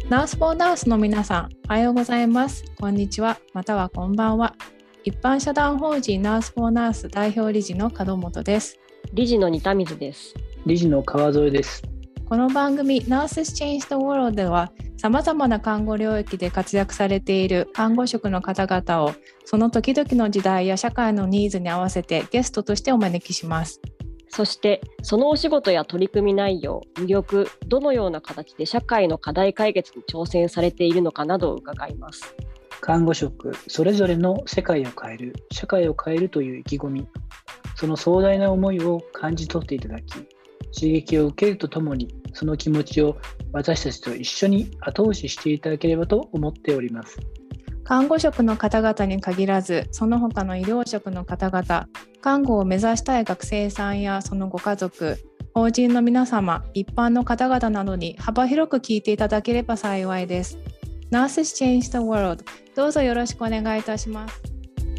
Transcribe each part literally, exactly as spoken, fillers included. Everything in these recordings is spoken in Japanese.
ナースフォーナースの皆さん、おはようございます。こんにちは、またはこんばんは。一般社団法人ナースフォーナース代表理事の門本です。 理事の仁田水です。 理事の川添です。 この番組 Nurses Change the World では、さまざまな看護領域で活躍されている看護職の方々を、その時々の時代や社会のニーズに合わせてゲストとしてお招きします。 そしてそのお仕事や取り組み内容、魅力、どのような形で社会の課題解決に挑戦されているのかなどを伺います。 看護職それぞれの世界を変える、社会を変えるという意気込み、その壮大な思いを感じ取っていただき、刺激を受けるとともに、その気持ちを私たちと一緒に後押ししていただければと思っております。 看護職の方々に限らず、その他の医療職の方々、看護を目指したい学生さんやそのご家族、法人の皆様、一般の方々などに幅広く聞いていただければ幸いです。Nurses Change the World、どうぞよろしくお願いいたします。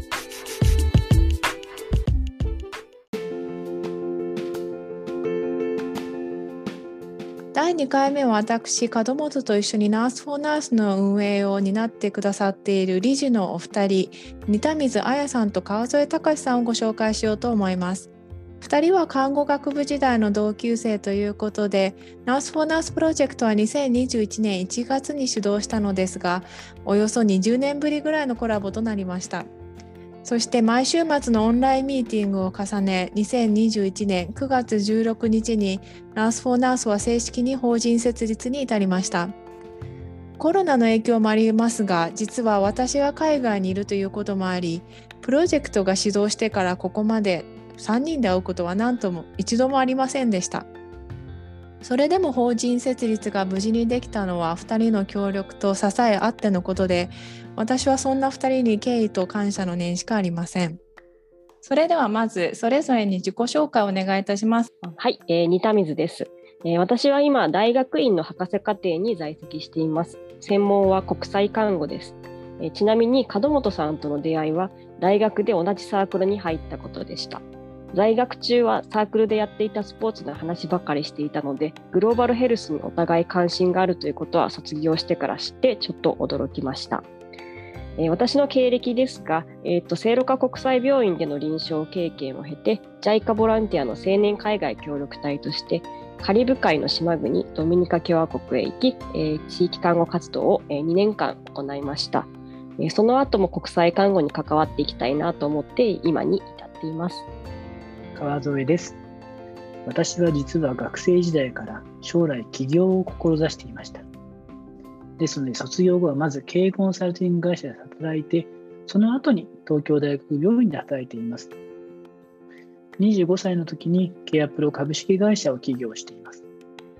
だいにかいめは私、門本と一緒に Nurse for Nurse の運営を担ってくださっている理事のお二人、仁田水彩さんと川添隆さんをご紹介しようと思います。二人は看護学部時代の同級生ということで、Nurse for Nurse プロジェクトはにせんにじゅういちねんいちがつに始動したのですが、およそにじゅうねんぶりぐらいのコラボとなりました。そして毎週末のオンラインミーティングを重ね、にせんにじゅういちねんくがつじゅうろくにちに Nurse for Nurse は正式に法人設立に至りました。コロナの影響もありますが、実は私は海外にいるということもあり、プロジェクトが始動してからここまでさんにんで会うことは何とも一度もありませんでした。それでも法人設立が無事にできたのはふたりの協力と支えあってのことで、私はそんなふたりに敬意と感謝の念しかありません。それではまずそれぞれに自己紹介をお願いいたします。 はい、えー、仁田水です、えー。私は今大学院の博士課程に在籍しています。専門は国際看護です。えー、ちなみに門本さんとの出会いは大学で同じサークルに入ったことでした。在学中はサークルでやっていたスポーツの話ばかりしていたので、グローバルヘルスにお互い関心があるということは卒業してから知ってちょっと驚きました。えー、私の経歴ですが、えー、と聖路加国際病院での臨床経験を経て ジャイカ ボランティアの青年海外協力隊としてカリブ海の島国ドミニカ共和国へ行き、えー、地域看護活動をにねんかん行いました。えー、その後も国際看護に関わっていきたいなと思って今に至っています。 川添です。私は実は学生時代から将来起業を志していました。ですので卒業後はまず経営コンサルティング会社で働いて、その後に東京大学病院で働いています。にじゅうごさいの時にケアプロ株式会社を起業しています。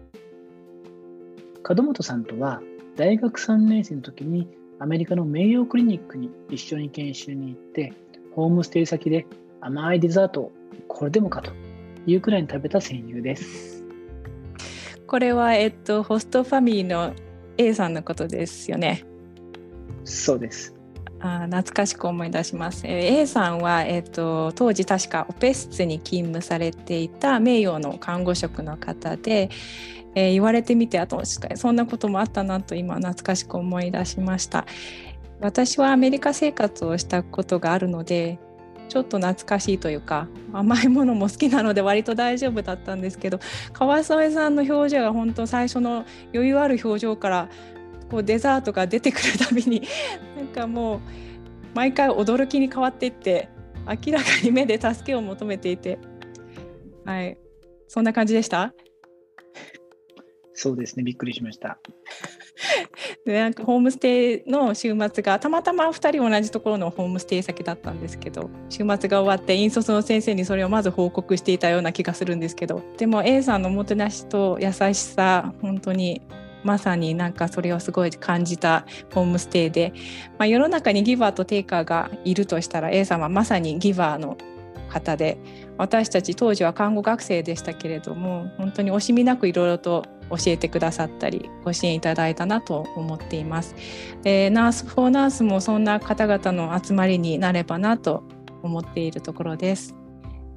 門本さんとは大学さんねん生の時にアメリカのメイヨークリニックに一緒に研修に行って、ホームステイ先で甘いデザートをこれでもかというくらいに食べた戦友です。 これは、えっと、ホストファミリーの A さんのことですよね。 そうです。 あ、懐かしく思い出します。えー、A さんは、えっと、当時確かオペ室に勤務されていた名誉の看護職の方で、えー、言われてみて、あとそんなこともあったなと今懐かしく思い出しました。私はアメリカ生活をしたことがあるので、ちょっと懐かしいというか、甘いものも好きなので割と大丈夫だったんですけど、川添さんの表情が本当最初の余裕ある表情からこうデザートが出てくるたびになんかもう毎回驚きに変わっていって、明らかに目で助けを求めていて、はい、そんな感じでした。 そうですね、びっくりしました。 でなんかホームステイの週末がたまたまふたり同じところのホームステイ先だったんですけど、週末が終わって引率の先生にそれをまず報告していたような気がするんですけど、でも A さんのおもてなしと優しさ、本当にまさになんかそれをすごい感じたホームステイで、まあ、世の中にギバーとテイカーがいるとしたら A さんはまさにギバーの方で、私たち当時は看護学生でしたけれども、本当に惜しみなくいろいろと教えてくださったりご支援いただいたなと思っています。で、ナースフォーナースもそんな方々の集まりになればなと思っているところです。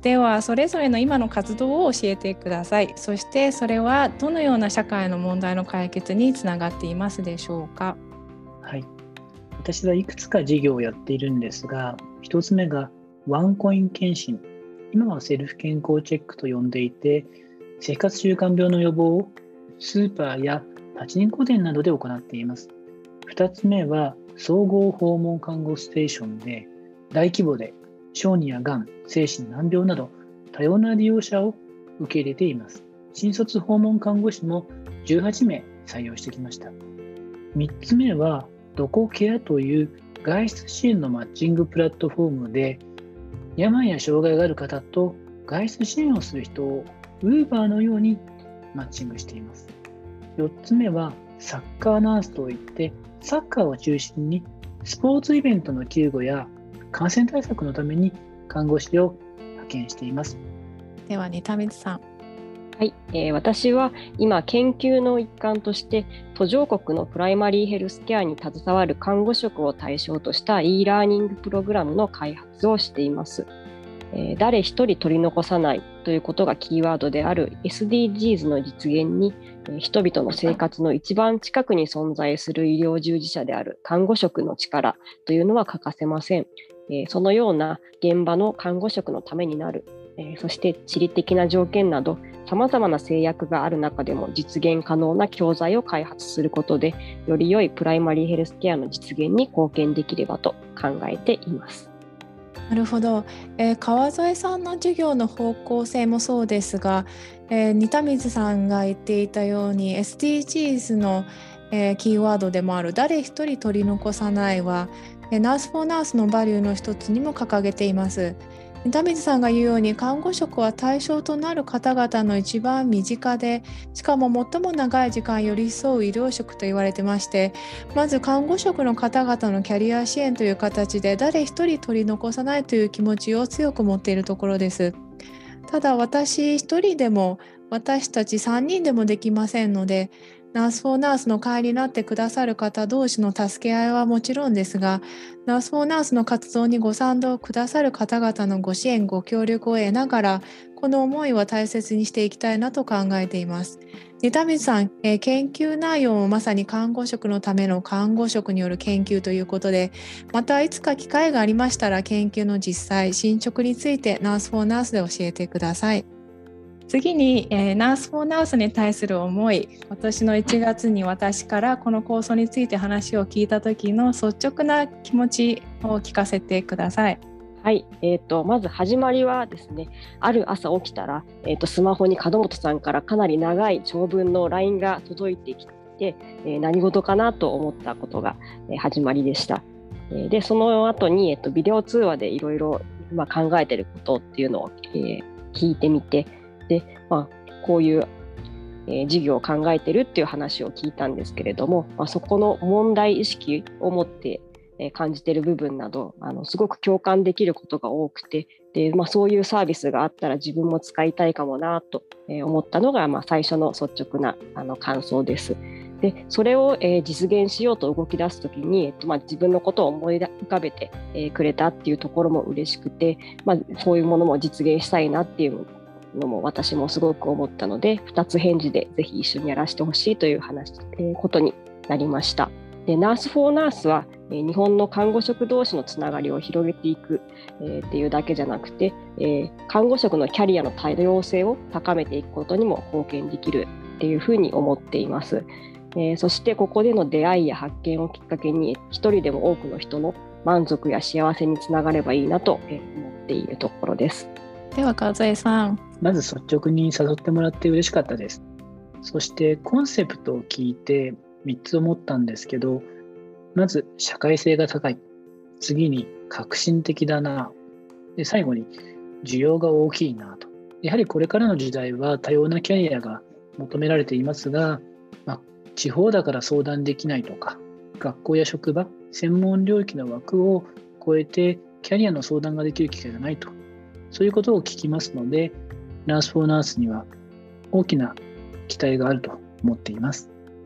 ではそれぞれの今の活動を教えてください。そしてそれはどのような社会の問題の解決につながっていますでしょうか。 はい、私はいくつか事業をやっているんですが、一つ目がワンコイン検診。今はセルフ健康チェックと呼んでいて、生活習慣病の予防をスーパーやパチンコ店などで行っています。二つ目は総合訪問看護ステーションで、大規模で小児やがん、精神難病など多様な利用者を受け入れています。新卒訪問看護師もじゅうはちめい採用してきました。みっつめはどこケアという外出支援のマッチングプラットフォームで、病や障害がある方と外出支援をする人を Uber のようにマッチングしています。よっつめはサッカーナースといって、サッカーを中心にスポーツイベントの救護や感染対策のために看護師を派遣しています。 では、仁田水さん。 はい、えー、私は今研究の一環として途上国のプライマリーヘルスケアに携わる看護職を対象とした e ラーニングプログラムの開発をしています。えー、誰一人取り残さないということがキーワードである エスディージーズ の実現に、えー、人々の生活の一番近くに存在する医療従事者である看護職の力というのは欠かせません。えー、そのような現場の看護職のためになる、えー、そして地理的な条件などさまざまな制約がある中でも実現可能な教材を開発することで、より良いプライマリーヘルスケアの実現に貢献できればと考えています。 なるほど、えー、川添さんの授業の方向性もそうですが、えー、仁田水さんが言っていたように エスディージーズ の、えー、キーワードでもある誰一人取り残さないは、えー、ナースフォーナースのバリューの一つにも掲げています。仁田水さんが言うように、看護職は対象となる方々の一番身近で、しかも最も長い時間寄り添う医療職と言われてまして、まず看護職の方々のキャリア支援という形で誰一人取り残さないという気持ちを強く持っているところです。ただ私一人でも私たちさんにんでもできませんので、ナースフォーナースの会になってくださる方同士の助け合いはもちろんですが、ナースフォーナースの活動にご賛同くださる方々のご支援ご協力を得ながら、この思いは大切にしていきたいなと考えています。仁田水さん、えー、研究内容もまさに看護職のための看護職による研究ということで、またいつか機会がありましたら研究の実際進捗についてナースフォーナースで教えてください。次に、えー、ナースフォーナースに対する思い、今年のいちがつに私からこの構想について話を聞いた時の率直な気持ちを聞かせてください。 はい、えーと、まず始まりはですね、ある朝起きたら、えーと、スマホに門本さんからかなり長い長文の ライン が届いてきて、えー、何事かなと思ったことが、えー、始まりでした。えー、でその後に、えーと、ビデオ通話でいろいろ考えていることっていうのを、えー、聞いてみて、で、まあ、こういう、えー、事業を考えてるっていう話を聞いたんですけれども、まあ、そこの問題意識を持って、えー、感じている部分など、あのすごく共感できることが多くて、で、まあ、そういうサービスがあったら自分も使いたいかもなと思ったのが、まあ、最初の率直なあの感想です。でそれを、えー、実現しようと動き出すときに、えっとまあ、自分のことを思い浮かべて、えー、くれたっていうところも嬉しくて、まあ、そういうものも実現したいなっていうのも私もすごく思ったので、ふたつ返事でぜひ一緒にやらせてほしいという話、えー、ことになりました。でナースフォーナースは、えー、日本の看護職同士のつながりを広げていく、えー、っていうだけじゃなくて、えー、看護職のキャリアの多様性を高めていくことにも貢献できるっていうふうに思っています。えー、そしてここでの出会いや発見をきっかけに一人でも多くの人の満足や幸せにつながればいいなと思っているところです。 では川添さん。 まず率直に誘ってもらって嬉しかったです。そしてコンセプトを聞いてみっつ思ったんですけど、まず社会性が高い、次に革新的だな、で最後に需要が大きいなと。やはりこれからの時代は多様なキャリアが求められていますが、まあ、地方だから相談できないとか、学校や職場、専門領域の枠を超えてキャリアの相談ができる機会がないと、そういうことを聞きますので、ナースフォーナースには大きな期待があると思っています。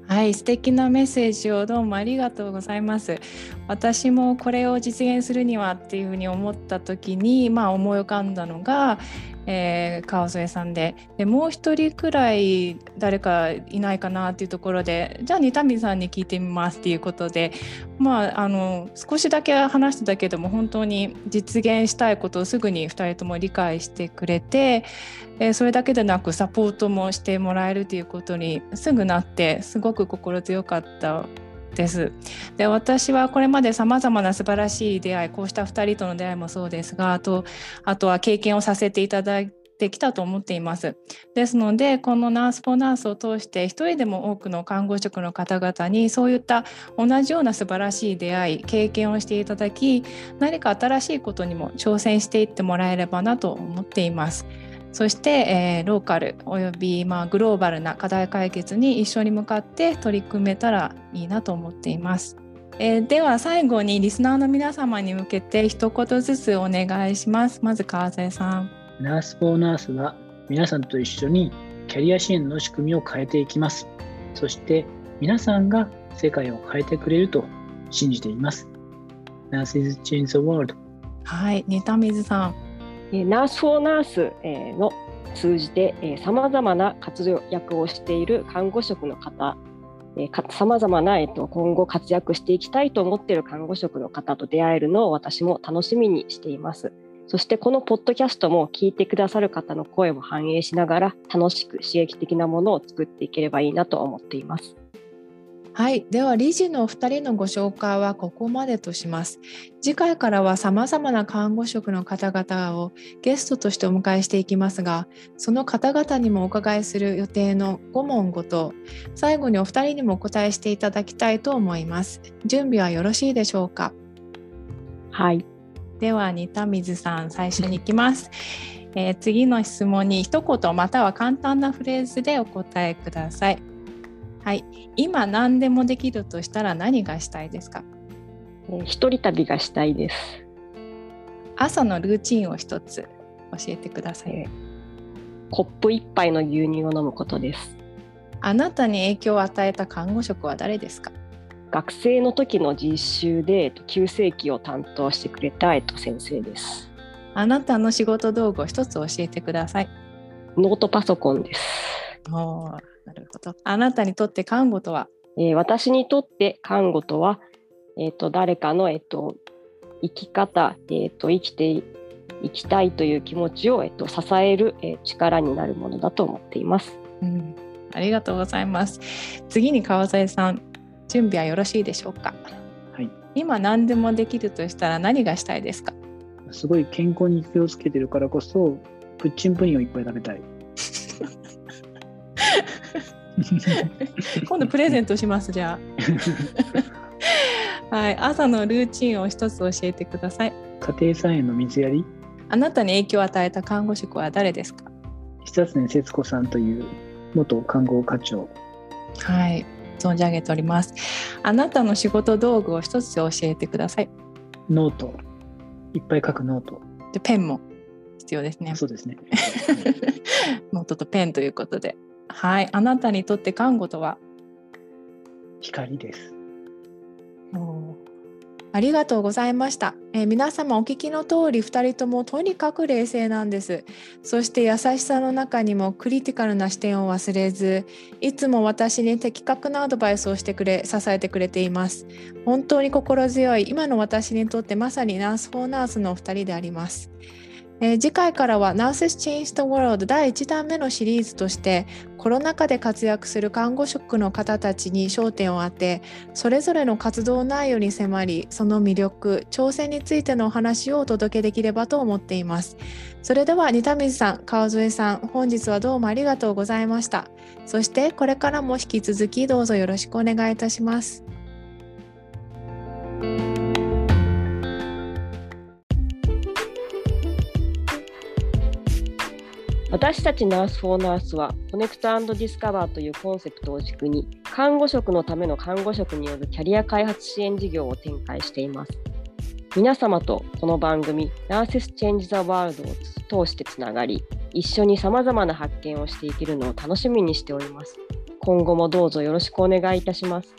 はい、素敵なメッセージをどうもありがとうございます。私もこれを実現するにはっていうふうに思った時に、まあ、思い浮かんだのが、えー、川添さん で, でもう一人くらい誰かいないかなっていうところで、じゃあ二民さんに聞いてみますっていうことで、まあ、あの少しだけ話してたけども本当に実現したいことをすぐにふたりとも理解してくれて、えー、それだけでなくサポートもしてもらえるということにすぐなって、すごく心強かったです。で、私はこれまでさまざまな素晴らしい出会い、こうしたふたりとの出会いもそうですが、あと、あとは経験をさせていただいてきたと思っています。ですので、このナースフォーナースを通して一人でも多くの看護職の方々にそういった同じような素晴らしい出会い、経験をしていただき、何か新しいことにも挑戦していってもらえればなと思っています。そして、えー、ローカルおよび、まあ、グローバルな課題解決に一緒に向かって取り組めたらいいなと思っています。えー、では最後にリスナーの皆様に向けて一言ずつお願いします。まず川添さん。 ナースフォーナースは皆さんと一緒にキャリア支援の仕組みを変えていきます。そして皆さんが世界を変えてくれると信じています。Nurses Change the World。 はい、二田水さん。 ナースフォーナースの通じてさまざまな活躍をしている看護職の方、さまざまな今後活躍していきたいと思っている看護職の方と出会えるのを私も楽しみにしています。そしてこのポッドキャストも聞いてくださる方の声を反映しながら楽しく刺激的なものを作っていければいいなと思っています。 はい、では理事のお二人のご紹介はここまでとします。次回からはさまざまな看護職の方々をゲストとしてお迎えしていきますが、その方々にもお伺いする予定のご問ご答、最後にお二人にもお答えしていただきたいと思います。準備はよろしいでしょうか。 はい。 では二田水さん、最初に行きます。えー、次の質問に一言または簡単なフレーズでお答えください。はい、今何でもできるとしたら何がしたいですか？ えー、一人旅がしたいです。 朝のルーチンを一つ教えてください。えー、 コップ一杯の牛乳を飲むことです。 あなたに影響を与えた看護職は誰ですか？ 学生の時の実習で急性期を担当してくれた先生です。 あなたの仕事道具を一つ教えてください。 ノートパソコンです。 おー、なるほど。あなたにとって看護とは？ えー、私にとって看護とは、えー、と誰かの、えー、と生き方、えー、と生きていきたいという気持ちを、えー、と支える、えー、力になるものだと思っています。 うん、ありがとうございます。次に川添さん、準備はよろしいでしょうか？ はい。 今何でもできるとしたら何がしたいですか？ すごい健康に気をつけてるからこそプッチンプリンをいっぱい食べたい。 今度プレゼントします。じゃあ、はい、朝のルーチンを一つ教えてください。 家庭菜園の水やり。 あなたに影響を与えた看護職は誰ですか？ 久常節子さんという元看護課長。 はい、存じ上げております。あなたの仕事道具を一つ教えてください。 ノート、いっぱい書くノートで、ペンも必要ですね。 そうですね。 ノートとペンということで、はい、あなたにとって看護とは？ 光です。 ありがとうございました。えー、皆様お聞きの通りふたりともとにかく冷静なんです。そして優しさの中にもクリティカルな視点を忘れず、いつも私に的確なアドバイスをしてくれ、支えてくれています。本当に心強い今の私にとってまさにナースフォーナースのお二人であります。えー、次回からは Nurses Change the World だいいちだんめのシリーズとしてコロナ禍で活躍する看護職の方たちに焦点を当て、それぞれの活動内容に迫り、その魅力、挑戦についてのお話をお届けできればと思っています。それでは二田水さん、川添さん、本日はどうもありがとうございました。そしてこれからも引き続きどうぞよろしくお願いいたします。 私たちナースフォーナースはコネクト&ディスカバーというコンセプトを軸に看護職のための看護職によるキャリア開発支援事業を展開しています。皆様とこの番組 Nurses Change the World を通してつながり、一緒にさまざまな発見をしていけるのを楽しみにしております。 今後もどうぞよろしくお願いいたします。